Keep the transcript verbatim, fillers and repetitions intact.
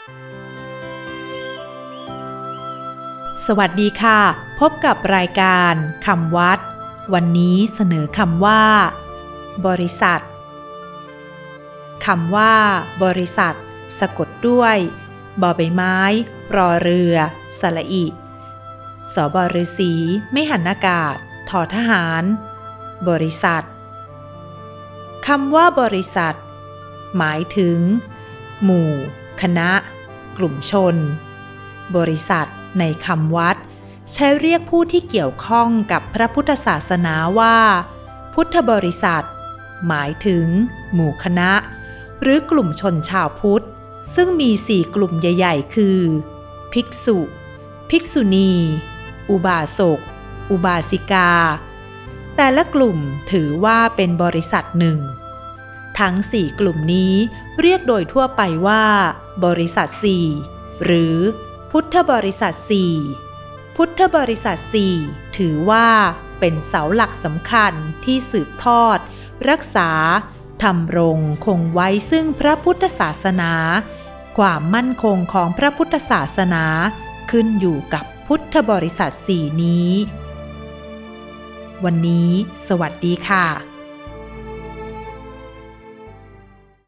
สวัสดีค่ะพบกับรายการคำวัดวันนี้เสนอคำว่าบริษัทคำว่าบริษัทสะกดด้วยบอใบไม้รอเรือสระอิสบฤษีไม่หันอากาศทอทหารบริษัทคำว่าบริษัทหมายถึงหมู่คณะกลุ่มชนบริษัทในคำวัดใช้เรียกผู้ที่เกี่ยวข้องกับพระพุทธศาสนาว่าพุทธบริษัทหมายถึงหมู่คณะหรือกลุ่มชนชาวพุทธซึ่งมีสี่กลุ่มใหญ่ๆคือภิกษุภิกษุณีอุบาสกอุบาสิกาแต่ละกลุ่มถือว่าเป็นบริษัทหนึ่งทั้งสี่กลุ่มนี้เรียกโดยทั่วไปว่าบริษัทสี่หรือพุทธบริษัทสี่พุทธบริษัทสี่ถือว่าเป็นเสาหลักสำคัญที่สืบทอดรักษาทำรงคงไว้ซึ่งพระพุทธศาสนาความมั่นคงของพระพุทธศาสนาขึ้นอยู่กับพุทธบริษัทสี่นี้วันนี้สวัสดีค่ะ